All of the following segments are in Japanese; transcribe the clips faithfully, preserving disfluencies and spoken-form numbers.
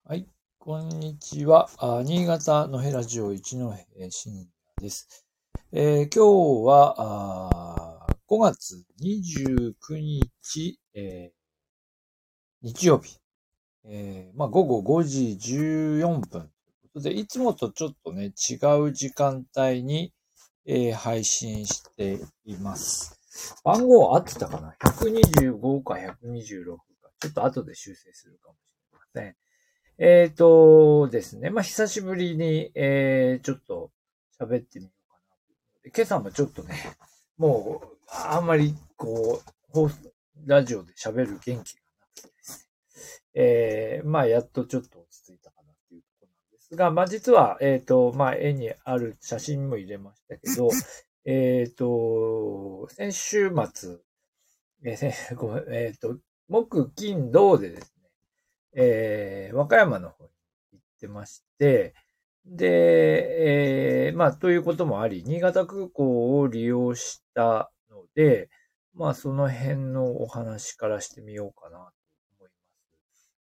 はい、こんにちは。あ新潟のへラジオ一戸信也です。えー今日はあごがつにじゅうくにち、えー日曜日、えーまあ、午後ごじじゅうよんぷんということで、いつもとちょっとね、違う時間帯に、えー配信しています。番号合ってたかな ?ひゃくにじゅうご かひゃくにじゅうろくか。ちょっと後で修正するかもしれません。えーとですね。まあ、久しぶりに、えー、ちょっと喋ってみようかな。今朝もちょっとね、もう、あんまり、こう、放送ラジオで喋る元気がなくてですね。えー、まあ、やっとちょっと落ち着いたかなっていうところなんですが、まあ、実は、えーと、まあ、絵にある写真も入れましたけど、えーと、先週末、えー、せごめんえーと、木、金、土でですね、えー、和歌山の方に行ってまして、で、えー、まあ、ということもあり、新潟空港を利用したので、まあ、その辺のお話からしてみようかなと思います。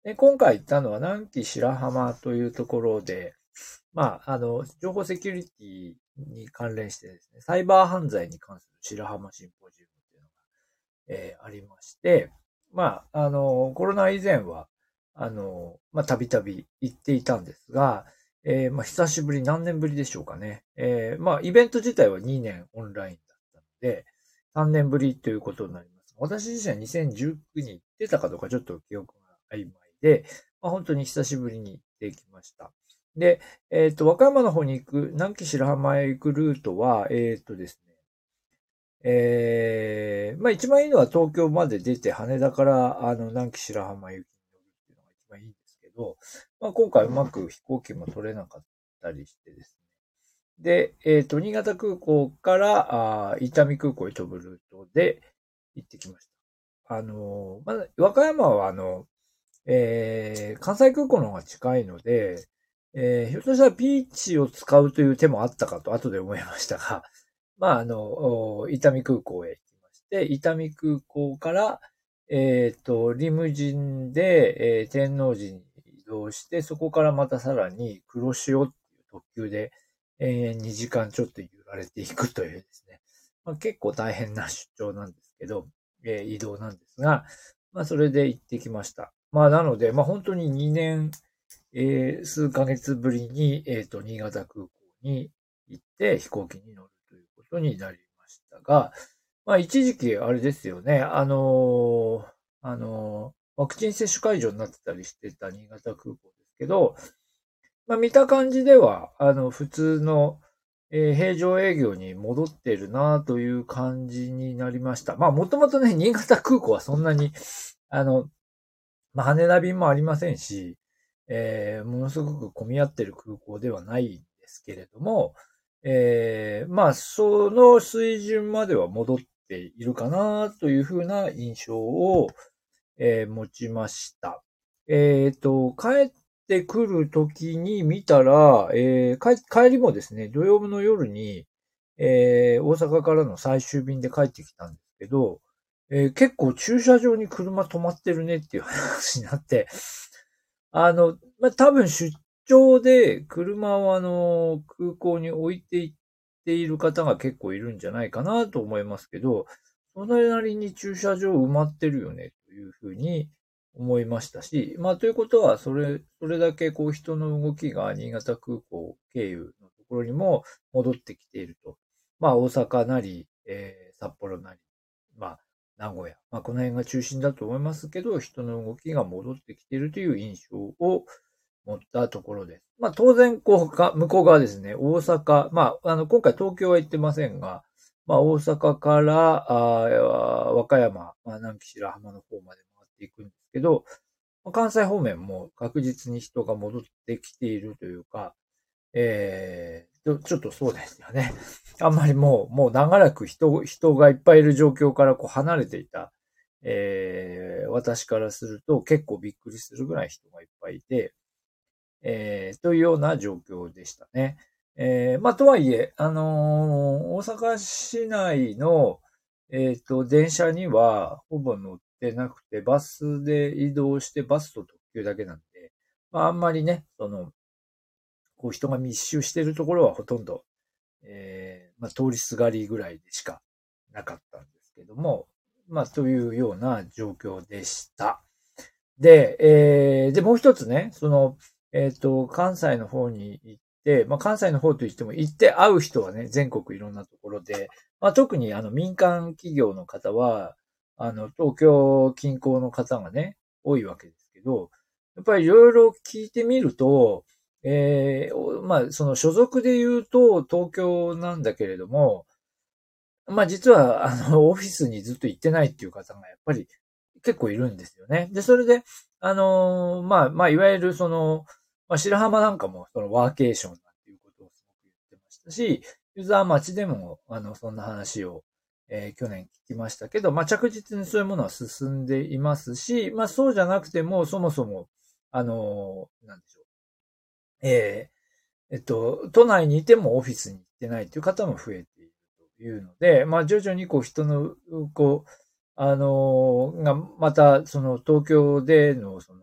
で、今回行ったのは南紀白浜というところで、まあ、あの、情報セキュリティに関連してですね、サイバー犯罪に関する白浜シンポジウムというのが、えーありまして、まあ、あの、コロナ以前は、あの、まあ、たびたび行っていたんですが、えーまあ、久しぶり、何年ぶりでしょうかね。えーまあ、イベント自体はにねんオンラインだったので、さんねんぶりということになります。私自身はにせんじゅうきゅうに行ってたかどうかちょっと記憶が曖昧で、まあ、本当に久しぶりに行ってきました。で、えっと、和歌山の方に行く、南紀白浜へ行くルートは、えっとですね、ええまあ一番いいのは東京まで出て羽田からあの南紀白浜行きに乗るっていうのが一番いいんですけど、まあ今回うまく飛行機も取れなかったりしてですね。で、えっと、新潟空港からあ伊丹空港へ飛ぶルートで行ってきました。あの、まだ和歌山はあの、えー、関西空港の方が近いので、えー、ひょっとしたらビーチを使うという手もあったかと後で思いましたが、まあ、あの、伊丹空港へ行きまして、伊丹空港から、えっと、リムジンで、えー天王寺に移動して、そこからまたさらに黒潮っていう特急で、延々にじかんちょっと揺られていくというですね、まあ、結構大変な出張なんですけど、えー移動なんですが、まあ、それで行ってきました。まあ、なので、まあ、本当ににねん、えー数ヶ月ぶりに、えっと、新潟空港に行って飛行機に乗るということになりましたが、まあ一時期あれですよね、あのーあのーワクチン接種会場になってたりしてた新潟空港ですけど、まあ見た感じでは、あの、普通の、えー平常営業に戻っているなという感じになりました。まあもともとね、新潟空港はそんなに、あの、まあ羽田便もありませんし、えーものすごく混み合っている空港ではないんですけれども、えーまあ、その水準までは戻っているかなというふうな印象を、えー持ちました。えっと、帰ってくるときに見たら、えー帰帰りもですね、土曜日の夜に、えー大阪からの最終便で帰ってきたんですけど、えー結構駐車場に車止まってるねっていう話になって、あの、まあ、多分出張で車をあの、空港に置いていっている方が結構いるんじゃないかなと思いますけど、それなりに駐車場埋まってるよねというふうに思いましたし、まあということは、それ、それだけこう人の動きが新潟空港経由のところにも戻ってきていると。まあ大阪なり、えー札幌なり、まあ名古屋。まあ、この辺が中心だと思いますけど、人の動きが戻ってきているという印象を持ったところです。まあ、当然、こうか、向こう側ですね、大阪、まあ、あの、今回東京は行ってませんが、まあ、大阪から、あ和歌山、まあ、南紀白浜の方まで回っていくんですけど、関西方面も確実に人が戻ってきているというか、えー、ちょちょっとそうですよね。あんまりもう、もう長らく人、人がいっぱいいる状況からこう離れていた、えー、私からすると結構びっくりするぐらい人がいっぱいいて、えー、というような状況でしたね。えー、まあ、とはいえ、あのー大阪市内の、えっと、電車にはほぼ乗ってなくて、バスで移動してバスと特急だけなんで、 まあ、あんまりね、その、こう人が密集しているところはほとんど、えー、まあ、通りすがりぐらいでしかなかったんですけども、まあ、というような状況でした。で、えー、で、もう一つね、その、えっと、関西の方に行って、まあ、関西の方といっても行って会う人はね、全国いろんなところで、まあ、特にあの民間企業の方は、あの、東京近郊の方がね、多いわけですけど、やっぱりいろいろ聞いてみると、えー、まあ、その所属で言うと東京なんだけれども、まあ実は、あの、オフィスにずっと行ってないっていう方がやっぱり結構いるんですよね。で、それで、あのーまあ、まあ、いわゆるその、まあ、白浜なんかもそのワーケーションなんていうことをすごく言ってましたし、ユーザー町でも、あの、そんな話を、えー去年聞きましたけど、まあ、着実にそういうものは進んでいますし、まあ、そうじゃなくても、そもそも、あのーなんでしょう。えーえっと、都内にいてもオフィスに行ってないという方も増えているというので、まあ徐々にこう人の、こう、あの、が、また、その東京での、その、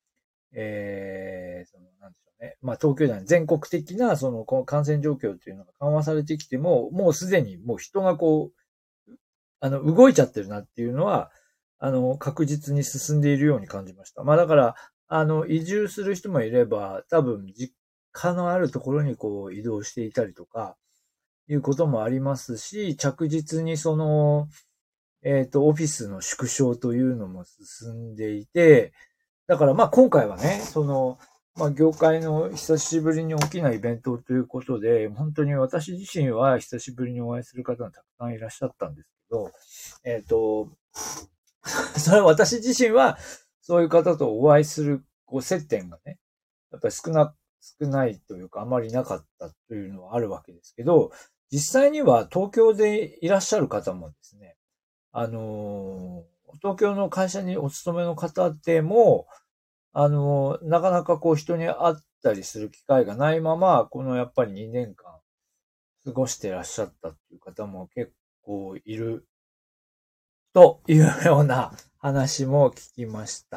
えー、その、なんでしょうね。まあ東京では全国的な、その、この感染状況っていうのが緩和されてきても、もうすでにもう人がこう、あの、動いちゃってるなっていうのは、あの、確実に進んでいるように感じました。まあだから、あの、移住する人もいれば、多分、実家のあるところにこう移動していたりとか、いうこともありますし、着実にその、えっと、オフィスの縮小というのも進んでいて、だからまあ今回はね、その、まあ業界の久しぶりに大きなイベントということで、本当に私自身は久しぶりにお会いする方がたくさんいらっしゃったんですけど、えっと、それは私自身はそういう方とお会いするこう接点がね、やっぱり少な、少ないというかあまりなかったというのはあるわけですけど、実際には東京でいらっしゃる方もですね、あの、東京の会社にお勤めの方でも、あの、なかなかこう人に会ったりする機会がないまま、このやっぱりにねんかん過ごしてらっしゃったっていう方も結構いるというような話も聞きました。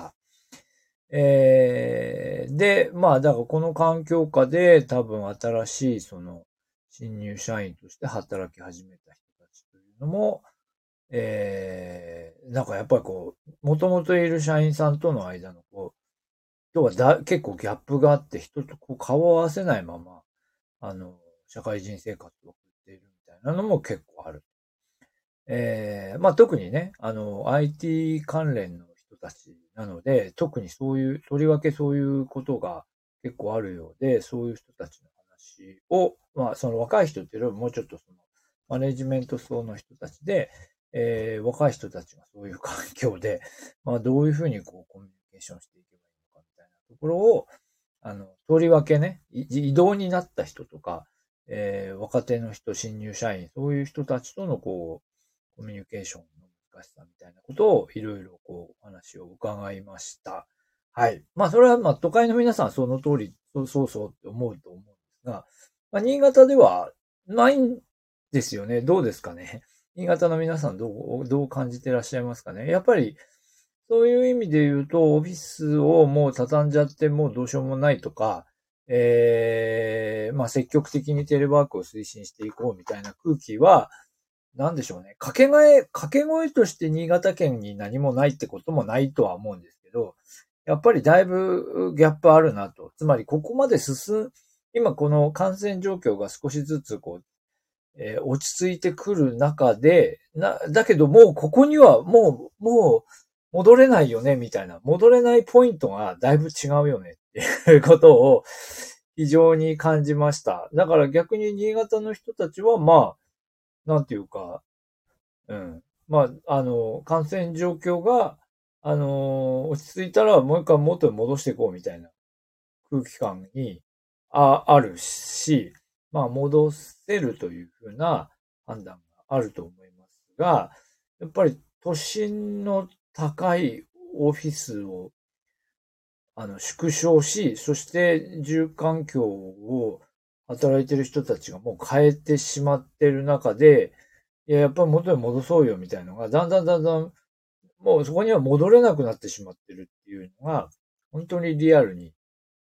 えー、で、まあ、だからこの環境下で多分新しいその新入社員として働き始めた人たちというのも、えー、なんかやっぱりこう、もともといる社員さんとの間のこう、要はだ結構ギャップがあって人とこう顔を合わせないまま、あの、社会人生活を送っているみたいなのも結構ある。えー、まあ特にね、あの、アイティー 関連の人たちなので、特にそういう、とりわけそういうことが結構あるようで、そういう人たちの話を、まあその若い人っていうよりももうちょっとその、マネジメント層の人たちで、えー、若い人たちがそういう環境で、まあどういうふうにこうコミュニケーションしていけばいいのかみたいなところを、あの、とりわけね、い移動になった人とか、えー、若手の人、新入社員、そういう人たちとのこう、コミュニケーションの難しさみたいなことをいろいろこうお話を伺いました。はい。まあそれはまあ都会の皆さんその通り、そうそうそうって思うと思うんですが、まあ新潟ではないんですよね。どうですかね。新潟の皆さんどう、どう感じてらっしゃいますかね。やっぱりそういう意味で言うと、オフィスをもう畳んじゃってもうどうしようもないとか、ええー、まあ積極的にテレワークを推進していこうみたいな空気は、なんでしょうね。掛け声、掛け声として新潟県に何もないってこともないとは思うんですけど、やっぱりだいぶギャップあるなと。つまりここまで進む、今この感染状況が少しずつこう、えー落ち着いてくる中で、な、だけどもうここにはもう、もう戻れないよね、みたいな。戻れないポイントがだいぶ違うよねっていうことを非常に感じました。だから逆に新潟の人たちはまあ、なんていうか、うん。まあ、あの、感染状況が、あの、落ち着いたらもう一回元に戻していこうみたいな空気感に、あ、あるし、まあ、戻せるというふうな判断があると思いますが、やっぱり都心の高いオフィスを、あの、縮小し、そして住環境を働いてる人たちがもう変えてしまってる中で、いや、やっぱり元に戻そうよみたいなのが、だんだんだんだん、もうそこには戻れなくなってしまってるっていうのが、本当にリアルに、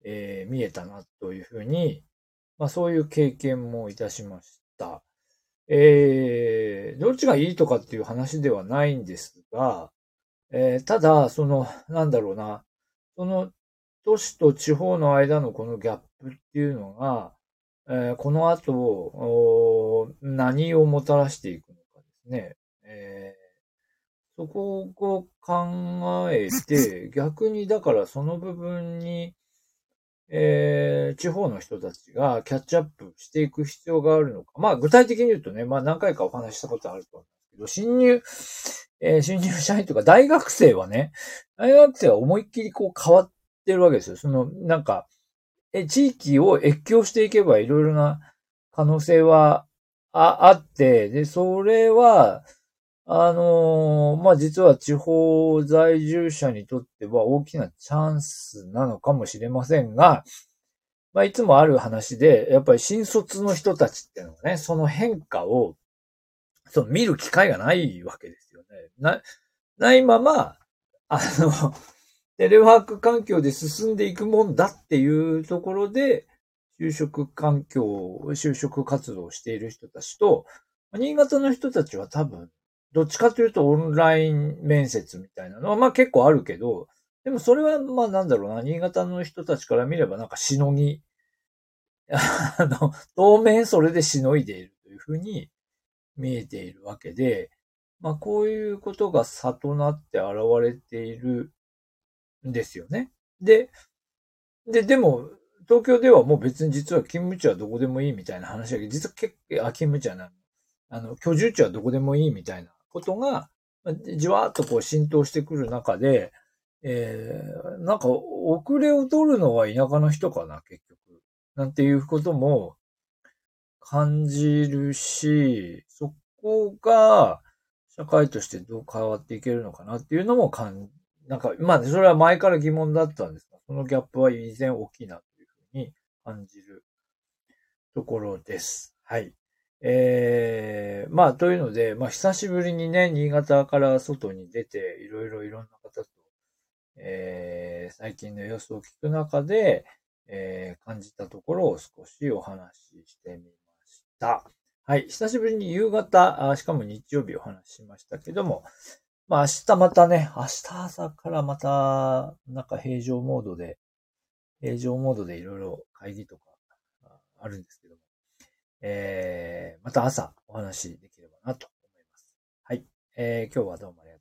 えー、見えたなというふうに、まあそういう経験もいたしました。えー、どっちがいいとかっていう話ではないんですが、えーただ、その、なんだろうな、その、都市と地方の間のこのギャップっていうのが、えーこの後、おー何をもたらしていくのかですね。えーそこを考えて、逆にだからその部分に、えー地方の人たちがキャッチアップしていく必要があるのか。まあ具体的に言うとね、まあ何回かお話ししたことあると思うんですけど、新入、えー新入社員とか大学生はね、大学生は思いっきりこう変わってるわけですよ。その、なんか、え、地域を越境していけばいろいろな可能性はあ、あって、で、それは、あのーまあ、実は地方在住者にとっては大きなチャンスなのかもしれませんが、まあ、いつもある話で、やっぱり新卒の人たちっていうのはね、その変化を、その見る機会がないわけですよね。な、ないまま、あの、テレワーク環境で進んでいくもんだっていうところで、就職環境、就職活動をしている人たちと、新潟の人たちは多分、どっちかというとオンライン面接みたいなのは、まあ結構あるけど、でもそれはまあなんだろうな、新潟の人たちから見ればなんかしのぎ、あの、当面それでしのいでいるというふうに見えているわけで、まあこういうことが差となって現れているんですよね。で、で、でも、東京ではもう別に実は勤務地はどこでもいいみたいな話だけど、実は結構、あ、勤務地はない。あの、居住地はどこでもいいみたいなことが、じわーっとこう浸透してくる中で、えー、なんか遅れを取るのは田舎の人かな、結局。なんていうことも感じるし、そこが社会としてどう変わっていけるのかなっていうのも感なんか、まあ、それは前から疑問だったんですが、そのギャップは依然大きいなというふうに感じるところです。はい。えー、まあ、というので、まあ、久しぶりにね、新潟から外に出て、いろいろいろんな方と、えー、最近の様子を聞く中で、えー、感じたところを少しお話ししてみました。はい。久しぶりに夕方、あしかも日曜日お話ししましたけども、まあ明日またね、明日朝からまた、なんか平常モードで、平常モードでいろいろ会議とかああるんですけども、えー、また朝お話しできればなと思います。はい。えー、今日はどうもありがとうございました。